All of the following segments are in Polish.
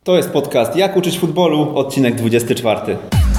To jest podcast Jak uczyć futbolu, odcinek 24.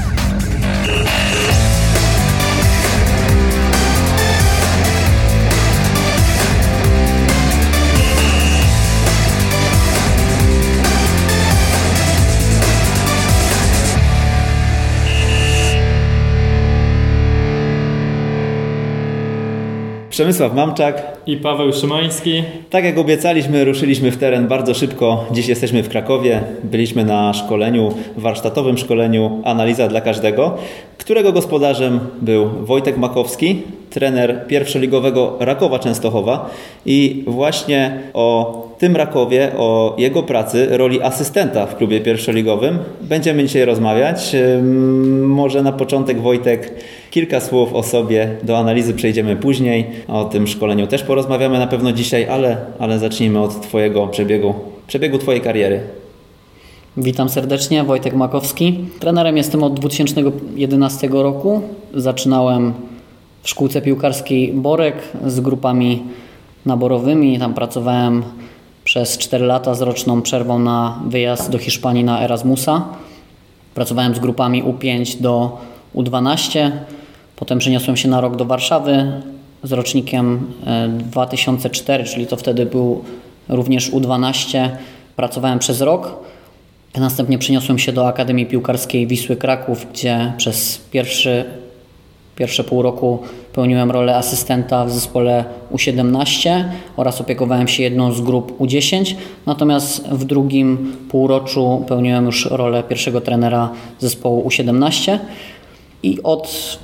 Przemysław Mamczak i Paweł Szymański. Tak jak obiecaliśmy, ruszyliśmy w teren bardzo szybko. Dziś jesteśmy w Krakowie. Byliśmy na szkoleniu, warsztatowym szkoleniu Analiza dla każdego, którego gospodarzem był Wojtek Makowski, trener pierwszoligowego Rakowa Częstochowa. I właśnie o tym Rakowie, o jego pracy, roli asystenta w klubie pierwszoligowym będziemy dzisiaj rozmawiać. Może na początek, Wojtek, kilka słów o sobie, do analizy przejdziemy później. O tym szkoleniu też porozmawiamy na pewno dzisiaj, ale zacznijmy od Twojego przebiegu Twojej kariery. Witam serdecznie, Wojtek Makowski. Trenerem jestem od 2011 roku. Zaczynałem w szkółce piłkarskiej Borek z grupami naborowymi. Tam pracowałem przez 4 lata z roczną przerwą na wyjazd do Hiszpanii na Erasmusa. Pracowałem z grupami U5 do U12. Potem przeniosłem się na rok do Warszawy z rocznikiem 2004, czyli to wtedy był również U12. Pracowałem przez rok. Następnie przeniosłem się do Akademii Piłkarskiej Wisły Kraków, gdzie przez pierwsze pół roku pełniłem rolę asystenta w zespole U17 oraz opiekowałem się jedną z grup U10. Natomiast w drugim półroczu pełniłem już rolę pierwszego trenera zespołu U17 i od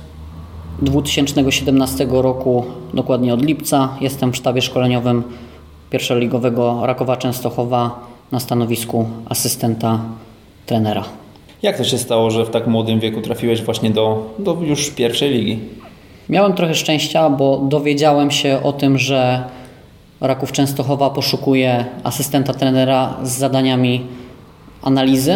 2017 roku, dokładnie od lipca, jestem w sztabie szkoleniowym pierwszoligowego Rakowa Częstochowa na stanowisku asystenta trenera. Jak to się stało, że w tak młodym wieku trafiłeś właśnie do już pierwszej ligi? Miałem trochę szczęścia, bo dowiedziałem się o tym, że Raków Częstochowa poszukuje asystenta trenera z zadaniami analizy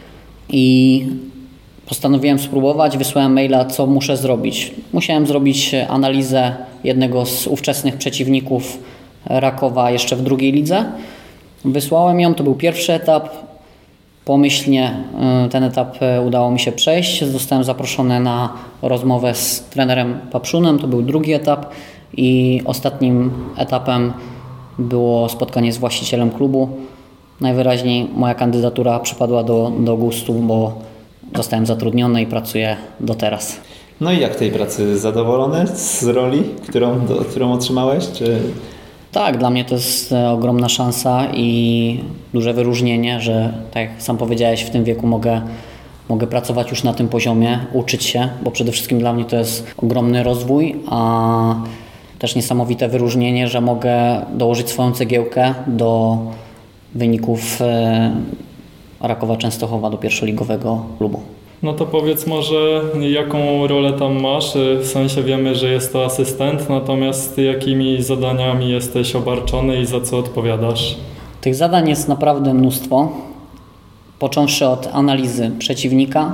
i postanowiłem spróbować. Wysłałem maila, co muszę zrobić. Musiałem zrobić analizę jednego z ówczesnych przeciwników Rakowa jeszcze w drugiej lidze. Wysłałem ją, to był pierwszy etap. Pomyślnie ten etap udało mi się przejść. Zostałem zaproszony na rozmowę z trenerem Papszunem, to był drugi etap i ostatnim etapem było spotkanie z właścicielem klubu. Najwyraźniej moja kandydatura przypadła do gustu, bo zostałem zatrudniony i pracuję do teraz. No i jak tej pracy? Zadowolony z roli, którą otrzymałeś? Tak, dla mnie to jest ogromna szansa i duże wyróżnienie, że tak jak sam powiedziałeś, w tym wieku mogę pracować już na tym poziomie, uczyć się, bo przede wszystkim dla mnie to jest ogromny rozwój, a też niesamowite wyróżnienie, że mogę dołożyć swoją cegiełkę do wyników Rakowa Częstochowa, do pierwszoligowego klubu. No to powiedz może, jaką rolę tam masz? W sensie wiemy, że jest to asystent, natomiast jakimi zadaniami jesteś obarczony i za co odpowiadasz? Tych zadań jest naprawdę mnóstwo. Począwszy od analizy przeciwnika,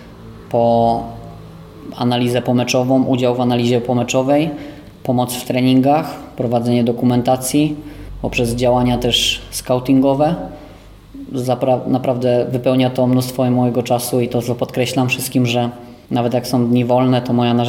po analizę pomeczową, udział w analizie pomeczowej, pomoc w treningach, prowadzenie dokumentacji, poprzez działania też scoutingowe. Naprawdę wypełnia to mnóstwo mojego czasu i to, co podkreślam wszystkim, że nawet jak są dni wolne, to moja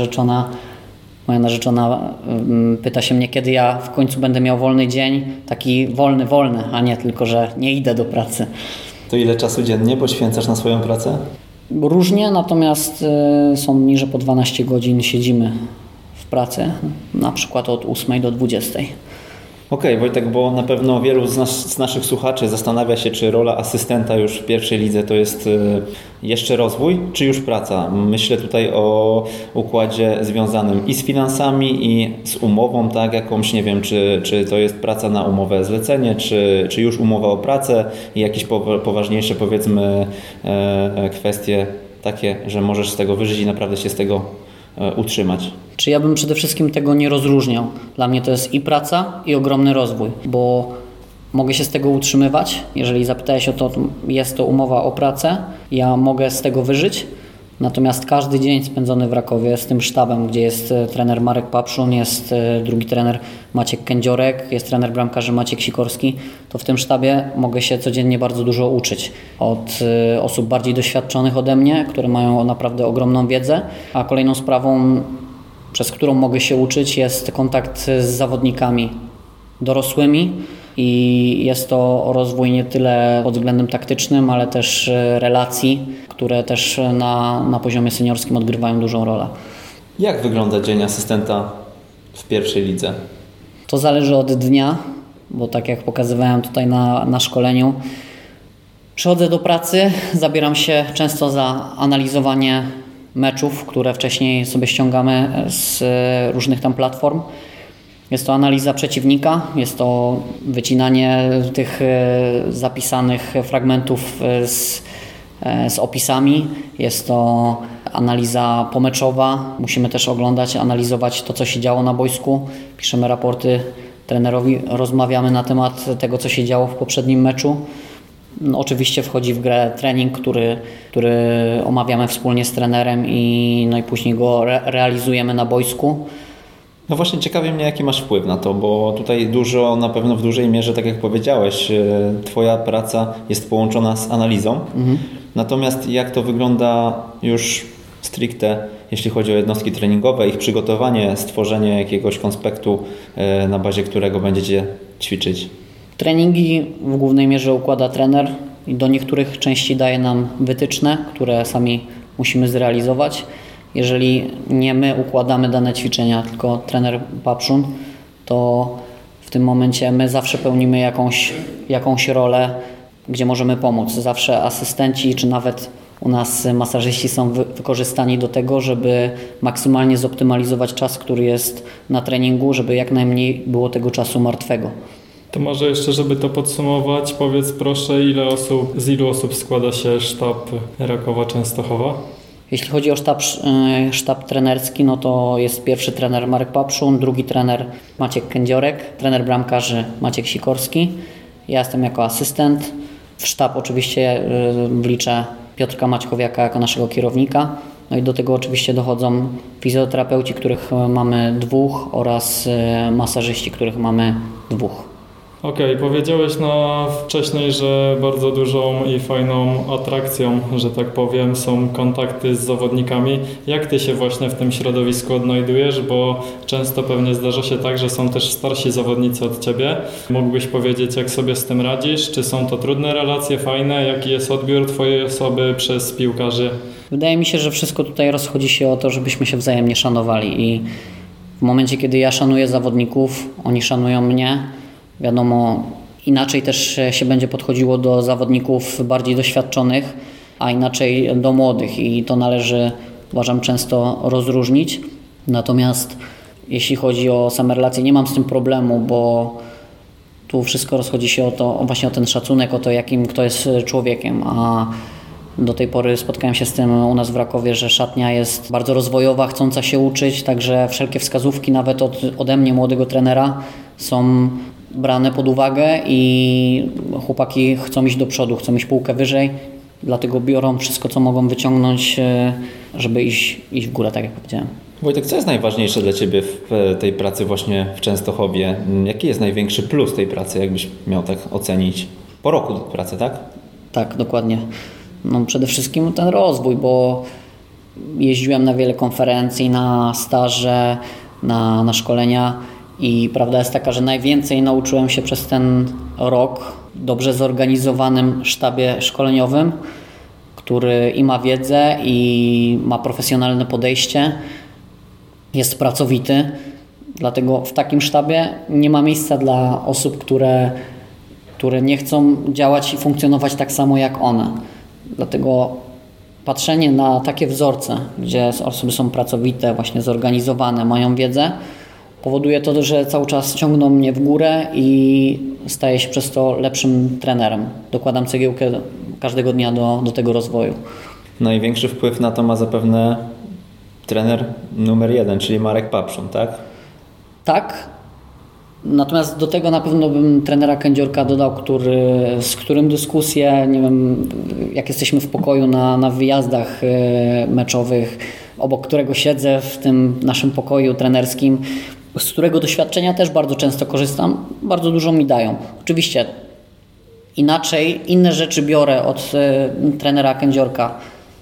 narzeczona pyta się mnie, kiedy ja w końcu będę miał wolny dzień, taki wolny, a nie tylko, że nie idę do pracy. To ile czasu dziennie poświęcasz na swoją pracę? Różnie, natomiast są dni, że po 12 godzin siedzimy w pracy, na przykład od 8 do 20. Okej, Wojtek, bo na pewno wielu z naszych słuchaczy zastanawia się, czy rola asystenta już w pierwszej lidze to jest jeszcze rozwój, czy już praca. Myślę tutaj o układzie związanym i z finansami, i z umową, tak, jakąś, nie wiem, czy to jest praca na umowę zlecenie, czy już umowa o pracę i jakieś poważniejsze, powiedzmy, kwestie takie, że możesz z tego wyżyć i naprawdę się z tego utrzymać. Czy ja bym przede wszystkim tego nie rozróżniał. Dla mnie to jest i praca, i ogromny rozwój, bo mogę się z tego utrzymywać. Jeżeli zapytałeś o to, jest to umowa o pracę, ja mogę z tego wyżyć, Natomiast każdy dzień spędzony w Rakowie z tym sztabem, gdzie jest trener Marek Papszun, jest drugi trener Maciek Kędziorek, jest trener bramkarzy Maciek Sikorski, to w tym sztabie mogę się codziennie bardzo dużo uczyć od osób bardziej doświadczonych ode mnie, które mają naprawdę ogromną wiedzę, a kolejną sprawą, przez którą mogę się uczyć, jest kontakt z zawodnikami dorosłymi i jest to rozwój nie tyle pod względem taktycznym, ale też relacji, które też na poziomie seniorskim odgrywają dużą rolę. Jak wygląda dzień asystenta w pierwszej lidze? To zależy od dnia, bo tak jak pokazywałem tutaj na szkoleniu, przychodzę do pracy, zabieram się często za analizowanie meczów, które wcześniej sobie ściągamy z różnych tam platform. Jest to analiza przeciwnika, jest to wycinanie tych zapisanych fragmentów z opisami, jest to analiza pomeczowa. Musimy też oglądać, analizować to, co się działo na boisku. Piszemy raporty trenerowi, rozmawiamy na temat tego, co się działo w poprzednim meczu. No, oczywiście wchodzi w grę trening, który omawiamy wspólnie z trenerem i później go realizujemy na boisku. No właśnie ciekawi mnie, jaki masz wpływ na to, bo tutaj na pewno w dużej mierze, tak jak powiedziałeś, Twoja praca jest połączona z analizą. Natomiast jak to wygląda już stricte, jeśli chodzi o jednostki treningowe, ich przygotowanie, stworzenie jakiegoś konspektu, na bazie którego będziecie ćwiczyć? Treningi w głównej mierze układa trener i do niektórych części daje nam wytyczne, które sami musimy zrealizować. Jeżeli nie my układamy dane ćwiczenia, tylko trener Papszun, to w tym momencie my zawsze pełnimy jakąś rolę, gdzie możemy pomóc. Zawsze asystenci, czy nawet u nas masażyści są wykorzystani do tego, żeby maksymalnie zoptymalizować czas, który jest na treningu, żeby jak najmniej było tego czasu martwego. To może jeszcze, żeby to podsumować, powiedz proszę, z ilu osób składa się sztab Rakowa Częstochowa? Jeśli chodzi o sztab trenerski, no to jest pierwszy trener Marek Papszun, drugi trener Maciek Kędziorek, trener bramkarzy Maciek Sikorski. Ja jestem jako asystent. W sztab oczywiście wliczę Piotrka Maćkowiaka jako naszego kierownika. No i do tego oczywiście dochodzą fizjoterapeuci, których mamy 2 oraz masażyści, których mamy 2. Okej, powiedziałeś wcześniej, że bardzo dużą i fajną atrakcją, że tak powiem, są kontakty z zawodnikami. Jak Ty się właśnie w tym środowisku odnajdujesz, bo często pewnie zdarza się tak, że są też starsi zawodnicy od Ciebie. Mógłbyś powiedzieć, jak sobie z tym radzisz? Czy są to trudne relacje, fajne? Jaki jest odbiór Twojej osoby przez piłkarzy? Wydaje mi się, że wszystko tutaj rozchodzi się o to, żebyśmy się wzajemnie szanowali i w momencie, kiedy ja szanuję zawodników, oni szanują mnie. Wiadomo, inaczej też się będzie podchodziło do zawodników bardziej doświadczonych, a inaczej do młodych i to należy, uważam, często rozróżnić. Natomiast jeśli chodzi o same relacje, nie mam z tym problemu, bo tu wszystko rozchodzi się właśnie o ten szacunek, o to, jakim kto jest człowiekiem, a do tej pory spotkałem się z tym u nas w Rakowie, że szatnia jest bardzo rozwojowa, chcąca się uczyć, także wszelkie wskazówki nawet ode mnie, młodego trenera, są brane pod uwagę i chłopaki chcą iść do przodu, chcą iść półkę wyżej, dlatego biorą wszystko, co mogą wyciągnąć, żeby iść w górę, tak jak powiedziałem. Wojtek, co jest najważniejsze dla Ciebie w tej pracy właśnie w Częstochowie? Jaki jest największy plus tej pracy, jakbyś miał tak ocenić? Po roku pracy, tak? Tak, dokładnie. No przede wszystkim ten rozwój, bo jeździłem na wiele konferencji, na staże, na szkolenia i prawda jest taka, że najwięcej nauczyłem się przez ten rok w dobrze zorganizowanym sztabie szkoleniowym, który i ma wiedzę, i ma profesjonalne podejście, jest pracowity. Dlatego w takim sztabie nie ma miejsca dla osób, które nie chcą działać i funkcjonować tak samo jak one. Dlatego patrzenie na takie wzorce, gdzie osoby są pracowite, właśnie zorganizowane, mają wiedzę, powoduje to, że cały czas ciągną mnie w górę i staję się przez to lepszym trenerem. Dokładam cegiełkę każdego dnia do tego rozwoju. Największy wpływ na to ma zapewne trener numer 1, czyli Marek Papszun, tak? Tak, Natomiast do tego na pewno bym trenera Kędziorka dodał, z którym dyskusje, nie wiem, jak jesteśmy w pokoju na wyjazdach meczowych, obok którego siedzę w tym naszym pokoju trenerskim, z którego doświadczenia też bardzo często korzystam, bardzo dużo mi dają. Oczywiście inne rzeczy biorę od trenera Kędziorka,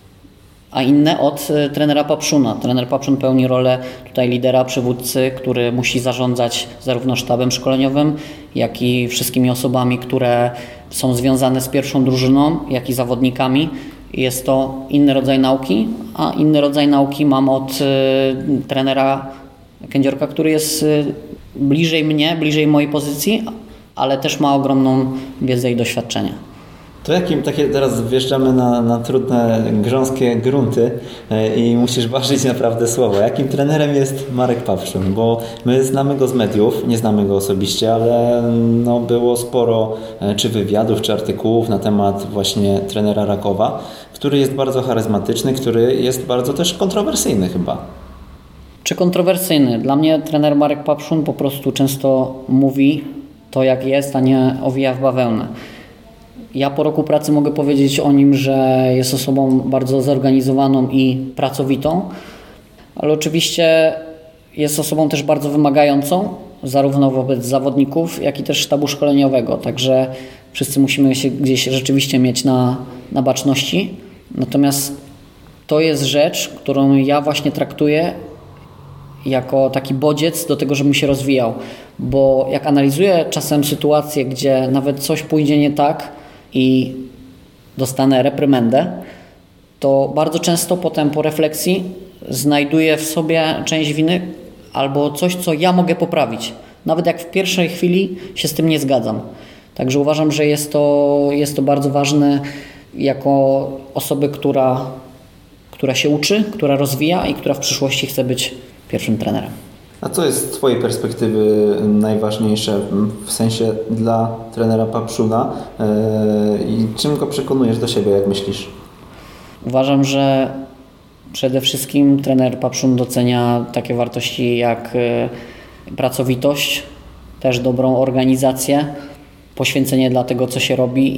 a inne od trenera Papszuna. Trener Papszun pełni rolę tutaj lidera, przywódcy, który musi zarządzać zarówno sztabem szkoleniowym, jak i wszystkimi osobami, które są związane z pierwszą drużyną, jak i zawodnikami. Jest to inny rodzaj nauki, a inny rodzaj nauki mam od trenera Kędziorka, który jest bliżej mnie, bliżej mojej pozycji, ale też ma ogromną wiedzę i doświadczenie. To teraz wjeżdżamy na trudne, grząskie grunty i musisz ważyć naprawdę słowo. Jakim trenerem jest Marek Papszun? Bo my znamy go z mediów, nie znamy go osobiście, ale było sporo czy wywiadów, czy artykułów na temat właśnie trenera Rakowa, który jest bardzo charyzmatyczny, który jest bardzo też kontrowersyjny chyba. Czy kontrowersyjny? Dla mnie trener Marek Papszun po prostu często mówi to, jak jest, a nie owija w bawełnę. Ja po roku pracy mogę powiedzieć o nim, że jest osobą bardzo zorganizowaną i pracowitą, ale oczywiście jest osobą też bardzo wymagającą, zarówno wobec zawodników, jak i też sztabu szkoleniowego. Także wszyscy musimy się gdzieś rzeczywiście mieć na baczności. Natomiast to jest rzecz, którą ja właśnie traktuję jako taki bodziec do tego, żebym się rozwijał. Bo jak analizuję czasem sytuację, gdzie nawet coś pójdzie nie tak i dostanę reprymendę, to bardzo często potem po refleksji znajduję w sobie część winy albo coś, co ja mogę poprawić. Nawet jak w pierwszej chwili się z tym nie zgadzam. Także uważam, że jest to bardzo ważne jako osoby, która się uczy, która rozwija i która w przyszłości chce być pierwszym trenerem. A co jest z Twojej perspektywy najważniejsze w sensie dla trenera Papszuna i czym go przekonujesz do siebie, jak myślisz? Uważam, że przede wszystkim trener Papszun docenia takie wartości jak pracowitość, też dobrą organizację, poświęcenie dla tego, co się robi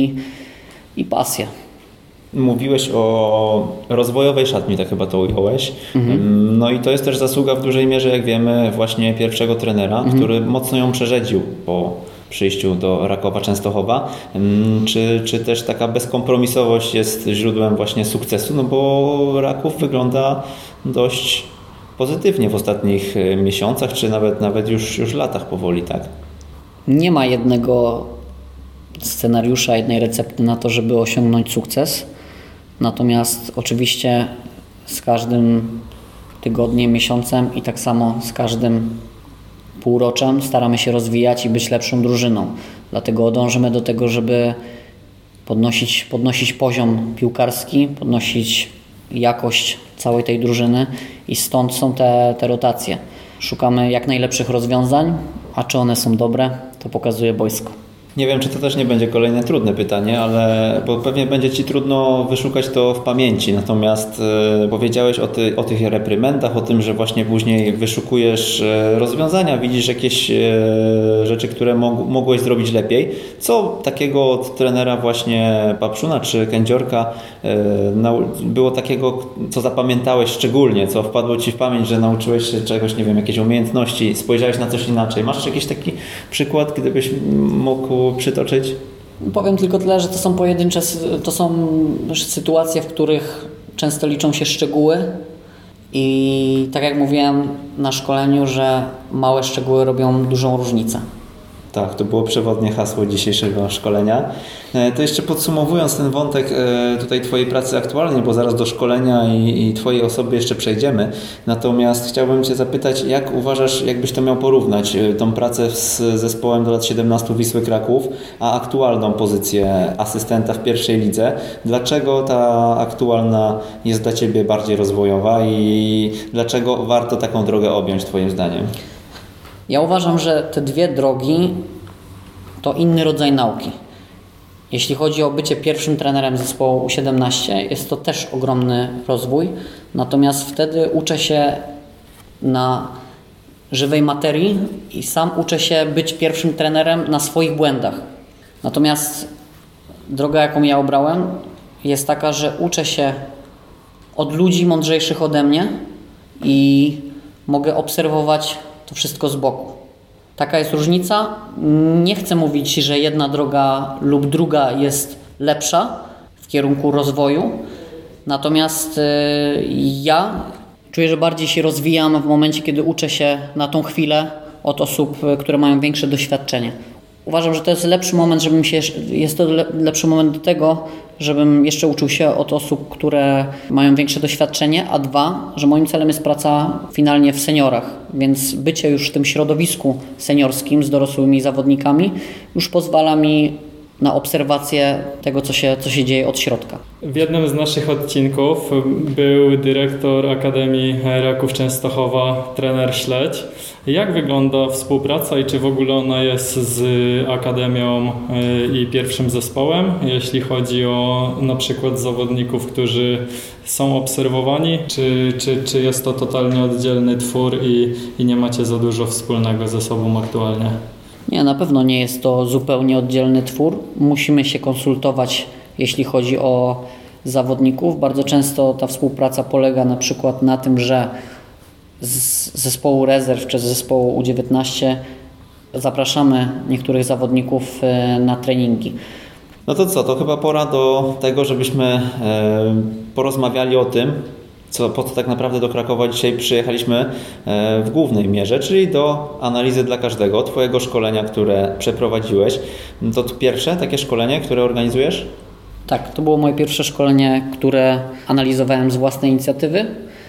i pasję. Mówiłeś o rozwojowej szatni, tak chyba to ująłeś. No i to jest też zasługa w dużej mierze, jak wiemy, właśnie pierwszego trenera, który mocno ją przerzedził po przyjściu do Rakowa Częstochowa. Czy też taka bezkompromisowość jest źródłem właśnie sukcesu? No bo Raków wygląda dość pozytywnie w ostatnich miesiącach, czy nawet już latach powoli, tak? Nie ma jednego scenariusza, jednej recepty na to, żeby osiągnąć sukces. Natomiast oczywiście z każdym tygodniem, miesiącem i tak samo z każdym półroczem staramy się rozwijać i być lepszą drużyną. Dlatego dążymy do tego, żeby podnosić poziom piłkarski, podnosić jakość całej tej drużyny i stąd są te rotacje. Szukamy jak najlepszych rozwiązań, a czy one są dobre, to pokazuje boisko. Nie wiem, czy to też nie będzie kolejne trudne pytanie, bo pewnie będzie Ci trudno wyszukać to w pamięci. Natomiast powiedziałeś o tych reprymendach, o tym, że właśnie później wyszukujesz rozwiązania, widzisz jakieś rzeczy, które mogłeś zrobić lepiej. Co takiego od trenera właśnie Papszuna czy Kędziorka było takiego, co zapamiętałeś szczególnie, co wpadło Ci w pamięć, że nauczyłeś się czegoś, nie wiem, jakiejś umiejętności, spojrzałeś na coś inaczej. Masz jakiś taki przykład, gdybyś mógł przytoczyć? Powiem tylko tyle, że to są pojedyncze, to są sytuacje, w których często liczą się szczegóły i tak jak mówiłem na szkoleniu, że małe szczegóły robią dużą różnicę. Tak, to było przewodnie hasło dzisiejszego szkolenia. To jeszcze podsumowując ten wątek tutaj Twojej pracy aktualnej, bo zaraz do szkolenia i Twojej osoby jeszcze przejdziemy. Natomiast chciałbym Cię zapytać, jak uważasz, jakbyś to miał porównać, tą pracę z zespołem do lat 17 Wisły Kraków, a aktualną pozycję asystenta w pierwszej lidze. Dlaczego ta aktualna jest dla Ciebie bardziej rozwojowa i dlaczego warto taką drogę objąć Twoim zdaniem? Ja uważam, że te dwie drogi to inny rodzaj nauki. Jeśli chodzi o bycie pierwszym trenerem zespołu U17, jest to też ogromny rozwój, natomiast wtedy uczę się na żywej materii i sam uczę się być pierwszym trenerem na swoich błędach. Natomiast droga, jaką ja obrałem, jest taka, że uczę się od ludzi mądrzejszych ode mnie i mogę obserwować to wszystko z boku. Taka jest różnica. Nie chcę mówić, że jedna droga lub druga jest lepsza w kierunku rozwoju. Natomiast ja czuję, że bardziej się rozwijam w momencie, kiedy uczę się na tą chwilę od osób, które mają większe doświadczenie. Uważam, że to jest lepszy moment, jest to lepszy moment do tego, żebym jeszcze uczył się od osób, które mają większe doświadczenie, a dwa, że moim celem jest praca finalnie w seniorach, więc bycie już w tym środowisku seniorskim z dorosłymi zawodnikami już pozwala mi na obserwację tego, co się dzieje od środka. W jednym z naszych odcinków był dyrektor Akademii Raków Częstochowa, trener Śledź. Jak wygląda współpraca i czy w ogóle ona jest z Akademią i pierwszym zespołem, jeśli chodzi o na przykład zawodników, którzy są obserwowani, czy jest to totalnie oddzielny twór i nie macie za dużo wspólnego ze sobą aktualnie? Nie, na pewno nie jest to zupełnie oddzielny twór. Musimy się konsultować, jeśli chodzi o zawodników. Bardzo często ta współpraca polega na przykład na tym, że z zespołu rezerw czy z zespołu U19 zapraszamy niektórych zawodników na treningi. No to co, to chyba pora do tego, żebyśmy porozmawiali o tym, po co tak naprawdę do Krakowa dzisiaj przyjechaliśmy w głównej mierze, czyli do analizy dla każdego, Twojego szkolenia, które przeprowadziłeś. To pierwsze takie szkolenie, które organizujesz? Tak, to było moje pierwsze szkolenie, które analizowałem z własnej inicjatywy.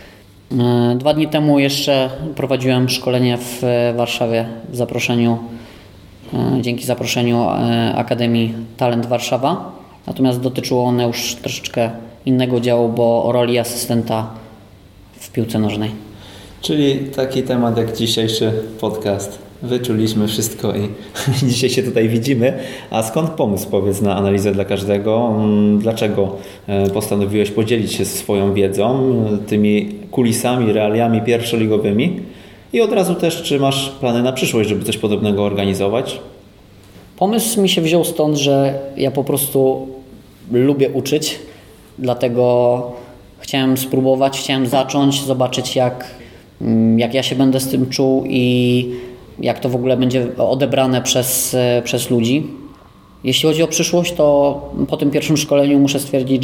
2 dni temu jeszcze prowadziłem szkolenie w Warszawie dzięki zaproszeniu Akademii Talent Warszawa. Natomiast dotyczyło one już troszeczkę innego działu, bo o roli asystenta w piłce nożnej. Czyli taki temat jak dzisiejszy podcast. Wyczuliśmy wszystko i dzisiaj się tutaj widzimy. A skąd pomysł, powiedz, na analizę dla każdego? Dlaczego postanowiłeś podzielić się swoją wiedzą, tymi kulisami, realiami pierwszoligowymi? I od razu też, czy masz plany na przyszłość, żeby coś podobnego organizować? Pomysł mi się wziął stąd, że ja po prostu lubię uczyć, dlatego chciałem spróbować, chciałem zacząć, zobaczyć jak ja się będę z tym czuł i jak to w ogóle będzie odebrane przez ludzi. Jeśli chodzi o przyszłość, to po tym pierwszym szkoleniu muszę stwierdzić,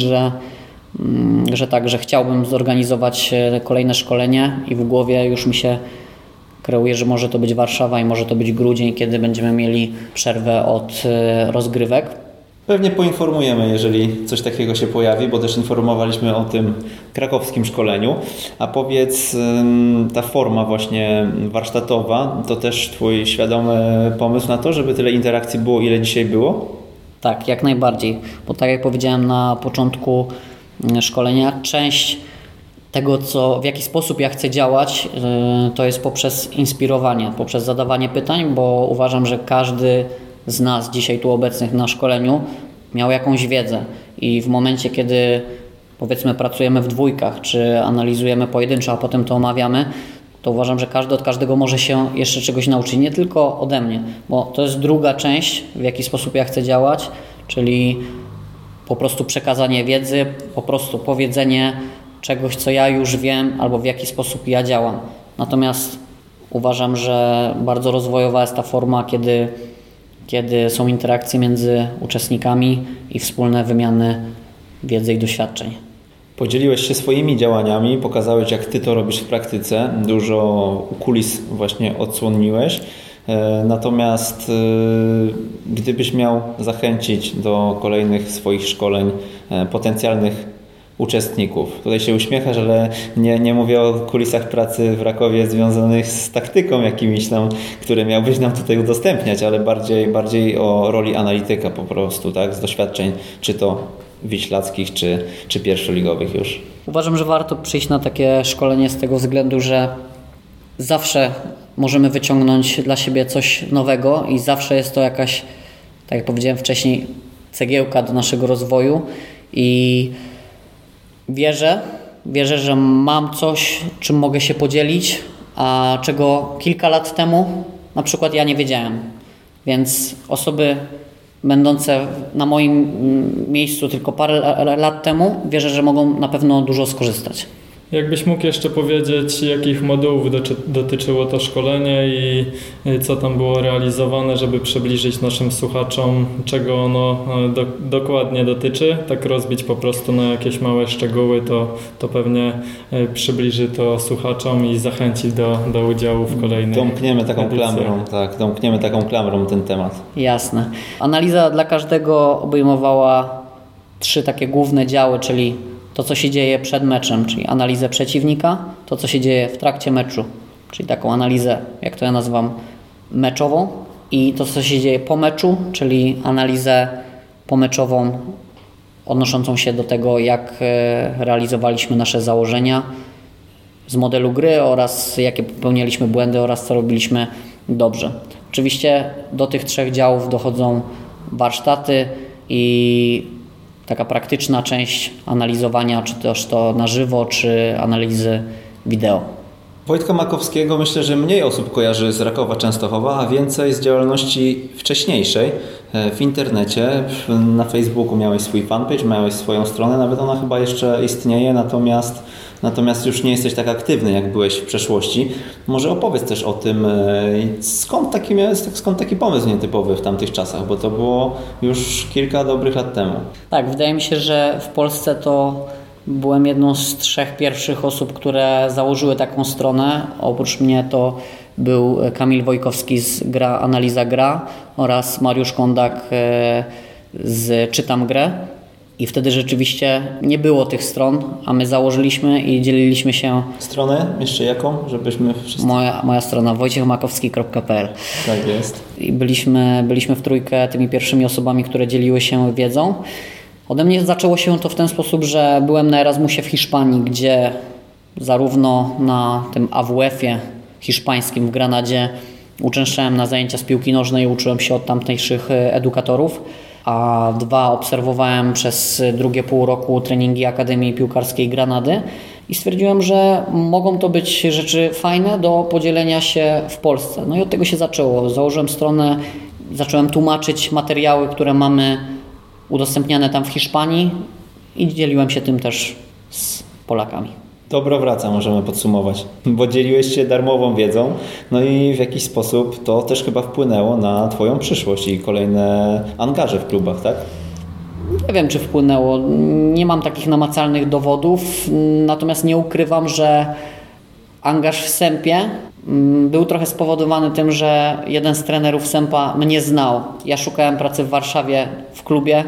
że chciałbym zorganizować kolejne szkolenie i w głowie już mi się kreuje, że może to być Warszawa i może to być grudzień, kiedy będziemy mieli przerwę od rozgrywek. Pewnie poinformujemy, jeżeli coś takiego się pojawi, bo też informowaliśmy o tym krakowskim szkoleniu. A powiedz, ta forma właśnie warsztatowa, to też Twój świadomy pomysł na to, żeby tyle interakcji było, ile dzisiaj było? Tak, jak najbardziej, bo tak jak powiedziałem na początku szkolenia, część tego, w jaki sposób ja chcę działać, to jest poprzez inspirowanie, poprzez zadawanie pytań, bo uważam, że każdy z nas dzisiaj tu obecnych na szkoleniu miał jakąś wiedzę i w momencie, kiedy powiedzmy pracujemy w dwójkach, czy analizujemy pojedynczo, a potem to omawiamy, to uważam, że każdy od każdego może się jeszcze czegoś nauczyć, nie tylko ode mnie, bo to jest druga część, w jaki sposób ja chcę działać, czyli po prostu przekazanie wiedzy, po prostu powiedzenie czegoś, co ja już wiem, albo w jaki sposób ja działam. Natomiast uważam, że bardzo rozwojowa jest ta forma, kiedy są interakcje między uczestnikami i wspólne wymiany wiedzy i doświadczeń. Podzieliłeś się swoimi działaniami, pokazałeś, jak Ty to robisz w praktyce. Dużo kulis właśnie odsłoniłeś. Natomiast gdybyś miał zachęcić do kolejnych swoich szkoleń potencjalnych uczestników. Tutaj się uśmiechasz, ale nie mówię o kulisach pracy w Rakowie związanych z taktyką jakimiś tam, które miałbyś nam tutaj udostępniać, ale bardziej o roli analityka po prostu, tak, z doświadczeń, czy to wiślackich, czy pierwszoligowych już. Uważam, że warto przyjść na takie szkolenie z tego względu, że zawsze możemy wyciągnąć dla siebie coś nowego i zawsze jest to jakaś, tak jak powiedziałem wcześniej, cegiełka do naszego rozwoju i wierzę, że mam coś, czym mogę się podzielić a czego kilka lat temu na przykład ja nie wiedziałem. Więc osoby będące na moim miejscu tylko parę lat temu, wierzę, że mogą na pewno dużo skorzystać. Jakbyś mógł jeszcze powiedzieć, jakich modułów dotyczyło to szkolenie i co tam było realizowane, żeby przybliżyć naszym słuchaczom, czego ono dokładnie dotyczy, tak rozbić po prostu na jakieś małe szczegóły, to pewnie przybliży to słuchaczom i zachęci do udziału w kolejnej Domkniemy taką edycji. klamrą, tak, domkniemy taką klamrą ten temat. Jasne. Analiza dla każdego obejmowała 3 takie główne działy, czyli to, co się dzieje przed meczem, czyli analizę przeciwnika, to, co się dzieje w trakcie meczu, czyli taką analizę, jak to ja nazywam, meczową, i to, co się dzieje po meczu, czyli analizę pomeczową odnoszącą się do tego, jak realizowaliśmy nasze założenia z modelu gry oraz jakie popełnialiśmy błędy oraz co robiliśmy dobrze. Oczywiście do tych 3 działów dochodzą warsztaty i taka praktyczna część analizowania, czy też to na żywo, czy analizy wideo. Wojtka Makowskiego myślę, że mniej osób kojarzy z Rakowa Częstochowa, a więcej z działalności wcześniejszej w internecie. Na Facebooku miałeś swój fanpage, miałeś swoją stronę, nawet ona chyba jeszcze istnieje, natomiast już nie jesteś tak aktywny, jak byłeś w przeszłości. Może opowiedz też o tym, skąd taki pomysł nietypowy w tamtych czasach, bo to było już kilka dobrych lat temu. Tak, wydaje mi się, że w Polsce to byłem jedną z 3 pierwszych osób, które założyły taką stronę. Oprócz mnie to był Kamil Wojkowski z Analiza Gra oraz Mariusz Kondak z Czytam Grę. I wtedy rzeczywiście nie było tych stron, a my założyliśmy i dzieliliśmy się. Stronę jeszcze jaką? Żebyśmy wszyscy... Moja strona wojciechmakowski.pl. Tak jest. I byliśmy w trójkę tymi pierwszymi osobami, które dzieliły się wiedzą. Ode mnie zaczęło się to w ten sposób, że byłem na Erasmusie w Hiszpanii, gdzie zarówno na tym AWF-ie hiszpańskim w Granadzie uczęszczałem na zajęcia z piłki nożnej i uczyłem się od tamtejszych edukatorów, a 2 obserwowałem przez drugie pół roku treningi Akademii Piłkarskiej Granady i stwierdziłem, że mogą to być rzeczy fajne do podzielenia się w Polsce. No i od tego się zaczęło. Założyłem stronę, zacząłem tłumaczyć materiały, które mamy udostępniane tam w Hiszpanii i dzieliłem się tym też z Polakami. Dobro wraca, możemy podsumować, bo dzieliłeś się darmową wiedzą, no i w jakiś sposób to też chyba wpłynęło na Twoją przyszłość i kolejne angaże w klubach, tak? Nie wiem, czy wpłynęło. Nie mam takich namacalnych dowodów, natomiast nie ukrywam, że angaż w Sępie był trochę spowodowany tym, że jeden z trenerów Sępa mnie znał. Ja szukałem pracy w Warszawie w klubie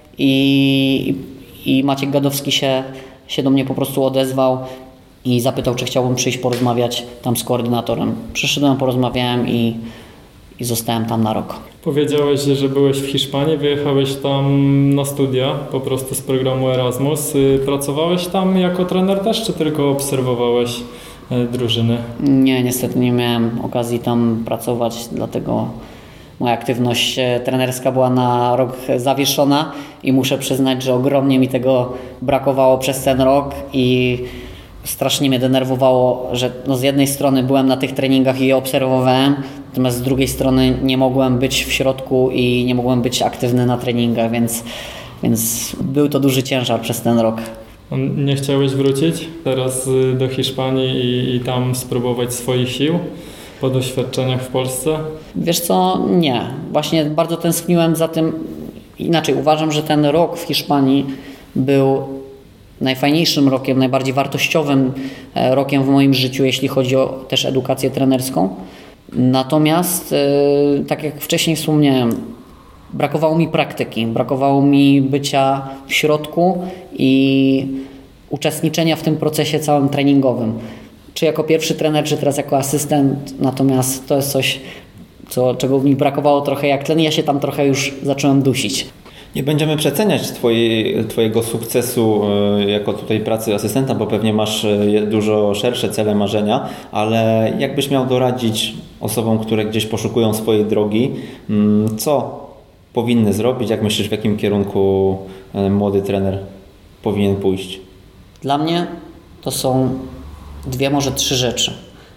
i Maciek Gadowski się do mnie po prostu odezwał i zapytał, czy chciałbym przyjść porozmawiać tam z koordynatorem. Przyszedłem, porozmawiałem i zostałem tam na rok. Powiedziałeś, że byłeś w Hiszpanii, wyjechałeś tam na studia po prostu z programu Erasmus. Pracowałeś tam jako trener też, czy tylko obserwowałeś drużyny? Nie, niestety nie miałem okazji tam pracować, dlatego moja aktywność trenerska była na rok zawieszona i muszę przyznać, że ogromnie mi tego brakowało przez ten rok i strasznie mnie denerwowało, że z jednej strony byłem na tych treningach i je obserwowałem, natomiast z drugiej strony nie mogłem być w środku i nie mogłem być aktywny na treningach, więc był to duży ciężar przez ten rok. Nie chciałeś wrócić teraz do Hiszpanii i tam spróbować swoich sił po doświadczeniach w Polsce? Wiesz co, nie. Właśnie bardzo tęskniłem za tym. Inaczej, uważam, że ten rok w Hiszpanii był najfajniejszym rokiem, najbardziej wartościowym rokiem w moim życiu, jeśli chodzi o też edukację trenerską. Natomiast, tak jak wcześniej wspomniałem, brakowało mi praktyki, brakowało mi bycia w środku i uczestniczenia w tym procesie całym treningowym. Czy jako pierwszy trener, czy teraz jako asystent, natomiast to jest coś, czego mi brakowało trochę jak tlen. Ja się tam trochę już zacząłem dusić. Nie będziemy przeceniać Twojego sukcesu jako tutaj pracy asystenta, bo pewnie masz dużo szersze cele, marzenia, ale jakbyś miał doradzić osobom, które gdzieś poszukują swojej drogi, co powinny zrobić? Jak myślisz, w jakim kierunku młody trener powinien pójść? Dla mnie to są 2, może 3 rzeczy.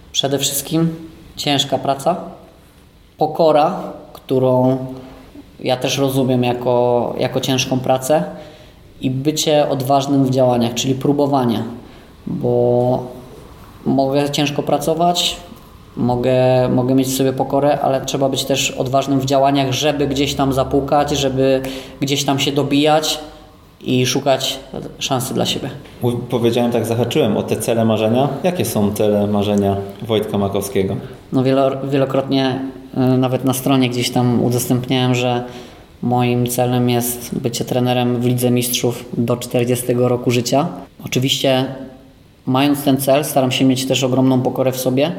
Przede wszystkim ciężka praca, pokora, którą ja też rozumiem jako ciężką pracę i bycie odważnym w działaniach, czyli próbowanie, bo mogę ciężko pracować, mogę mieć w sobie pokorę, ale trzeba być też odważnym w działaniach, żeby gdzieś tam zapukać, żeby gdzieś tam się dobijać i szukać szansy dla siebie. Powiedziałem, tak zahaczyłem o te cele marzenia. Jakie są cele marzenia Wojtka Makowskiego? No wielokrotnie nawet na stronie gdzieś tam udostępniałem, że moim celem jest bycie trenerem w Lidze Mistrzów do 40 roku życia. Oczywiście mając ten cel staram się mieć też ogromną pokorę w sobie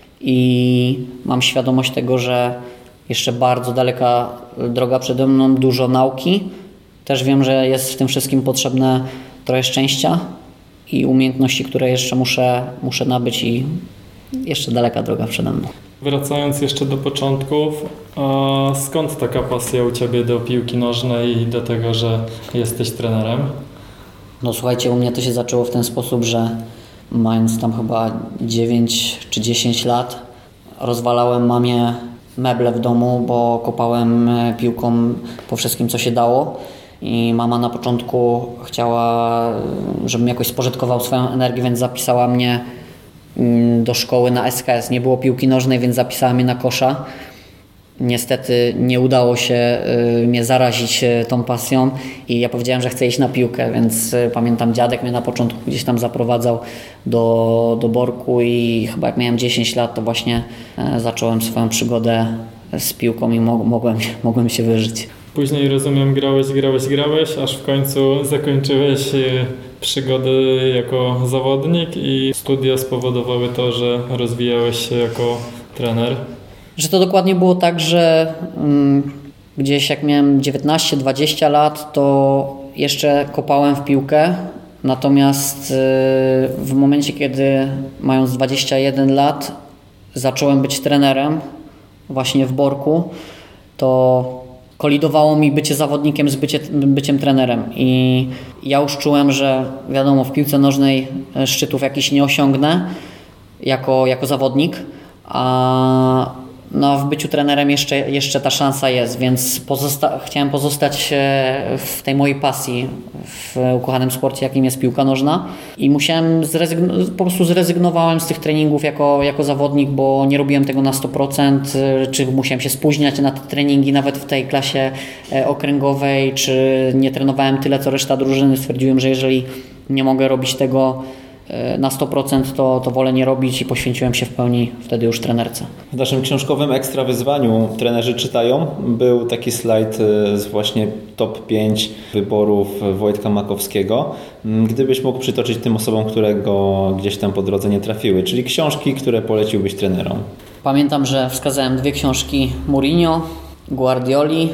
i mam świadomość tego, że jeszcze bardzo daleka droga przede mną, dużo nauki. Też wiem, że jest w tym wszystkim potrzebne trochę szczęścia i umiejętności, które jeszcze muszę nabyć i jeszcze daleka droga przede mną. Wracając jeszcze do początków, a skąd taka pasja u Ciebie do piłki nożnej i do tego, że jesteś trenerem? No słuchajcie, u mnie to się zaczęło w ten sposób, że mając tam chyba 9 czy 10 lat rozwalałem mamie meble w domu, bo kopałem piłką po wszystkim, co się dało. I mama na początku chciała, żebym jakoś spożytkował swoją energię, więc zapisała mnie do szkoły na SKS. Nie było piłki nożnej, więc zapisała mnie na kosza. Niestety nie udało się mnie zarazić tą pasją i ja powiedziałem, że chcę iść na piłkę, więc pamiętam, dziadek mnie na początku gdzieś tam zaprowadzał do Borku i chyba jak miałem 10 lat, to właśnie zacząłem swoją przygodę z piłką i mogłem się wyżyć. Później, rozumiem, grałeś, aż w końcu zakończyłeś przygodę jako zawodnik i studia spowodowały to, że rozwijałeś się jako trener. Że to dokładnie było tak, że gdzieś jak miałem 19-20 lat, to jeszcze kopałem w piłkę, natomiast w momencie, kiedy mając 21 lat zacząłem być trenerem właśnie w Borku, to kolidowało mi bycie zawodnikiem z byciem trenerem i ja już czułem, że wiadomo, w piłce nożnej szczytów jakichś nie osiągnę jako zawodnik, a no, w byciu trenerem jeszcze ta szansa jest, więc chciałem pozostać w tej mojej pasji, w ukochanym sporcie, jakim jest piłka nożna i musiałem po prostu zrezygnowałem z tych treningów jako zawodnik, bo nie robiłem tego na 100%, czy musiałem się spóźniać na te treningi nawet w tej klasie okręgowej, czy nie trenowałem tyle co reszta drużyny. Stwierdziłem, że jeżeli nie mogę robić tego na 100%, to wolę nie robić i poświęciłem się w pełni wtedy już trenerce. W naszym książkowym ekstra wyzwaniu Trenerzy czytają był taki slajd z właśnie top 5 wyborów Wojtka Makowskiego. Gdybyś mógł przytoczyć tym osobom, które go gdzieś tam po drodze nie trafiły, czyli książki, które poleciłbyś trenerom. Pamiętam, że wskazałem 2 książki Mourinho, Guardioli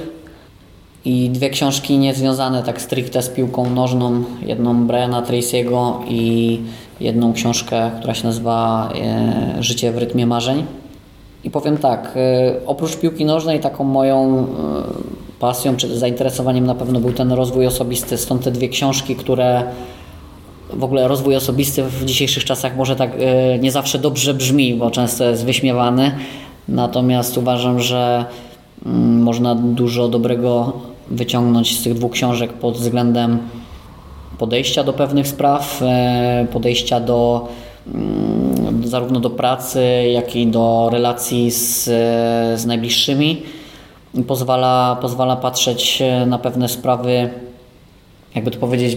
i 2 książki niezwiązane tak stricte z piłką nożną. Jedną Briana Tracy'ego i jedną książkę, która się nazywa Życie w rytmie marzeń. I powiem tak, oprócz piłki nożnej taką moją pasją czy zainteresowaniem na pewno był ten rozwój osobisty. Stąd te 2 książki, które w ogóle rozwój osobisty w dzisiejszych czasach może tak nie zawsze dobrze brzmi, bo często jest wyśmiewany. Natomiast uważam, że można dużo dobrego wyciągnąć z tych 2 książek pod względem podejścia do pewnych spraw, podejścia zarówno do pracy, jak i do relacji z najbliższymi. Pozwala patrzeć na pewne sprawy, jakby to powiedzieć,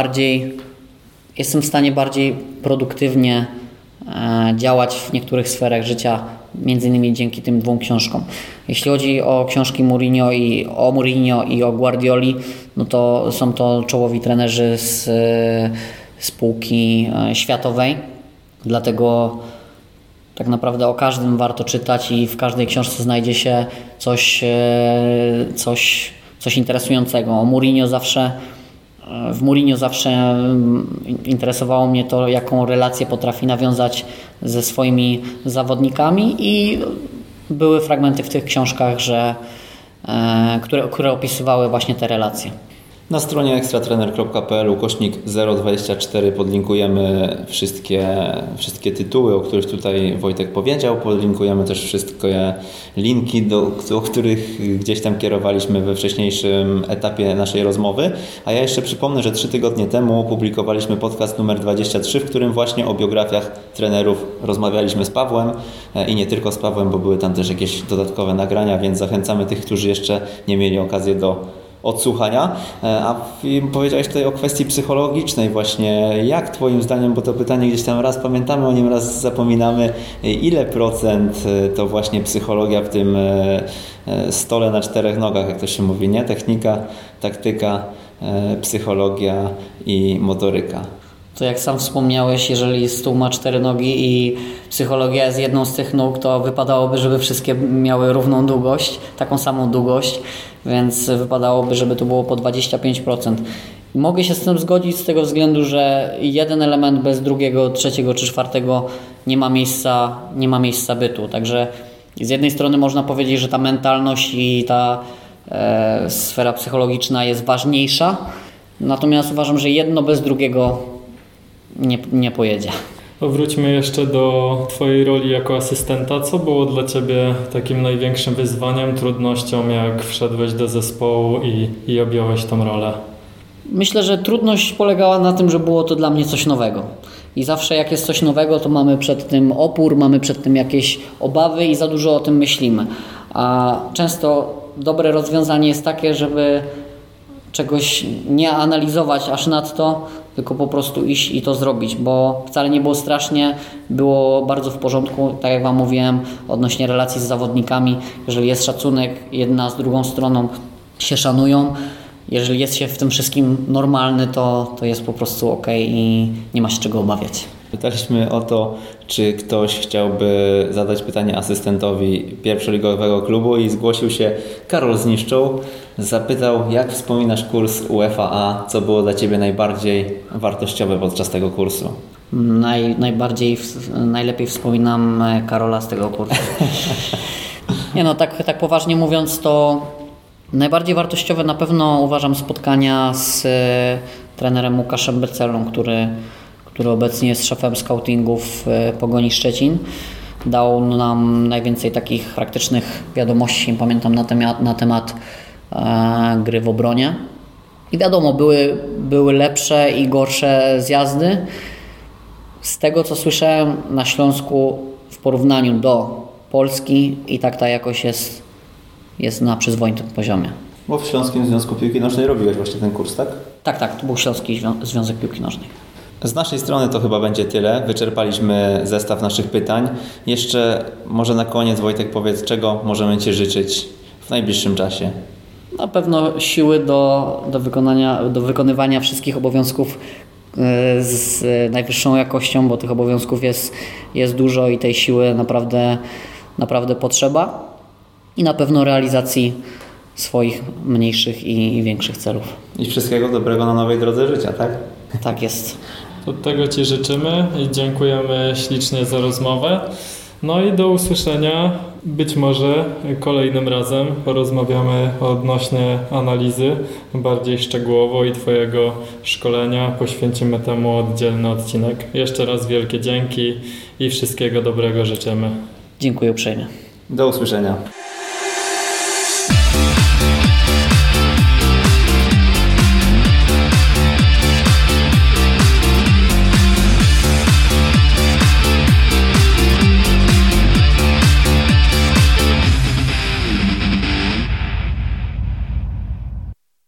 jestem w stanie bardziej produktywnie działać w niektórych sferach życia, między innymi dzięki tym 2 książkom. Jeśli chodzi o książki Mourinho i o Guardioli, no to są to czołowi trenerzy z spółki światowej, dlatego tak naprawdę o każdym warto czytać i w każdej książce znajdzie się coś interesującego. W Mourinho zawsze interesowało mnie to, jaką relację potrafi nawiązać ze swoimi zawodnikami i były fragmenty w tych książkach, które opisywały właśnie te relacje. Na stronie ekstratrener.pl/024 podlinkujemy wszystkie tytuły, o których tutaj Wojtek powiedział. Podlinkujemy też wszystkie linki, do których gdzieś tam kierowaliśmy we wcześniejszym etapie naszej rozmowy. A ja jeszcze przypomnę, że 3 tygodnie temu publikowaliśmy podcast numer 23, w którym właśnie o biografiach trenerów rozmawialiśmy z Pawłem i nie tylko z Pawłem, bo były tam też jakieś dodatkowe nagrania, więc zachęcamy tych, którzy jeszcze nie mieli okazji do odsłuchania. A powiedziałeś tutaj o kwestii psychologicznej właśnie. Jak Twoim zdaniem, bo to pytanie gdzieś tam raz pamiętamy o nim, raz zapominamy, ile procent to właśnie psychologia w tym stole na 4 nogach, jak to się mówi, nie? Technika, taktyka, psychologia i motoryka. To jak sam wspomniałeś, jeżeli stół ma 4 nogi i psychologia jest jedną z tych nóg, to wypadałoby, żeby wszystkie miały równą długość, taką samą długość, więc wypadałoby, żeby to było po 25%. Mogę się z tym zgodzić z tego względu, że jeden element bez drugiego, trzeciego czy czwartego nie ma miejsca bytu. Także z jednej strony można powiedzieć, że ta mentalność i ta sfera psychologiczna jest ważniejsza, natomiast uważam, że jedno bez drugiego nie pojedzie. Wróćmy jeszcze do Twojej roli jako asystenta. Co było dla Ciebie takim największym wyzwaniem, trudnością, jak wszedłeś do zespołu i objąłeś tą rolę? Myślę, że trudność polegała na tym, że było to dla mnie coś nowego. I zawsze jak jest coś nowego, to mamy przed tym opór, mamy przed tym jakieś obawy i za dużo o tym myślimy. A często dobre rozwiązanie jest takie, żeby czegoś nie analizować aż nadto, tylko po prostu iść i to zrobić, bo wcale nie było strasznie, było bardzo w porządku, tak jak Wam mówiłem, odnośnie relacji z zawodnikami. Jeżeli jest szacunek, jedna z drugą stroną się szanują, jeżeli jest się w tym wszystkim normalny, to jest po prostu ok i nie ma się czego obawiać. Pytaliśmy o to, czy ktoś chciałby zadać pytanie asystentowi pierwszoligowego klubu i zgłosił się Karol Zniszczą. Zapytał, jak wspominasz kurs UEFA, co było dla Ciebie najbardziej wartościowe podczas tego kursu? Najlepiej wspominam Karola z tego kursu. Nie no, tak poważnie mówiąc, to najbardziej wartościowe na pewno uważam spotkania z trenerem Łukaszem Bercelą, który obecnie jest szefem scoutingu w Pogoni Szczecin. Dał nam najwięcej takich praktycznych wiadomości, pamiętam, na temat gry w obronie. I wiadomo, były lepsze i gorsze zjazdy. Z tego, co słyszałem, na Śląsku w porównaniu do Polski i tak ta jakość jest na przyzwoitym poziomie. Bo w Śląskim Związku Piłki Nożnej robiłeś właśnie ten kurs, tak? Tak, to był Śląski Związek Piłki Nożnej. Z naszej strony to chyba będzie tyle. Wyczerpaliśmy zestaw naszych pytań. Jeszcze może na koniec, Wojtek, powiedz, czego możemy Ci życzyć w najbliższym czasie? Na pewno siły do wykonywania wszystkich obowiązków z najwyższą jakością, bo tych obowiązków jest dużo i tej siły naprawdę potrzeba. I na pewno realizacji swoich mniejszych i większych celów. I wszystkiego dobrego na nowej drodze życia, tak? Tak jest. Od tego Ci życzymy i dziękujemy ślicznie za rozmowę. No i do usłyszenia. Być może kolejnym razem porozmawiamy odnośnie analizy bardziej szczegółowo i Twojego szkolenia. Poświęcimy temu oddzielny odcinek. Jeszcze raz wielkie dzięki i wszystkiego dobrego życzymy. Dziękuję uprzejmie. Do usłyszenia.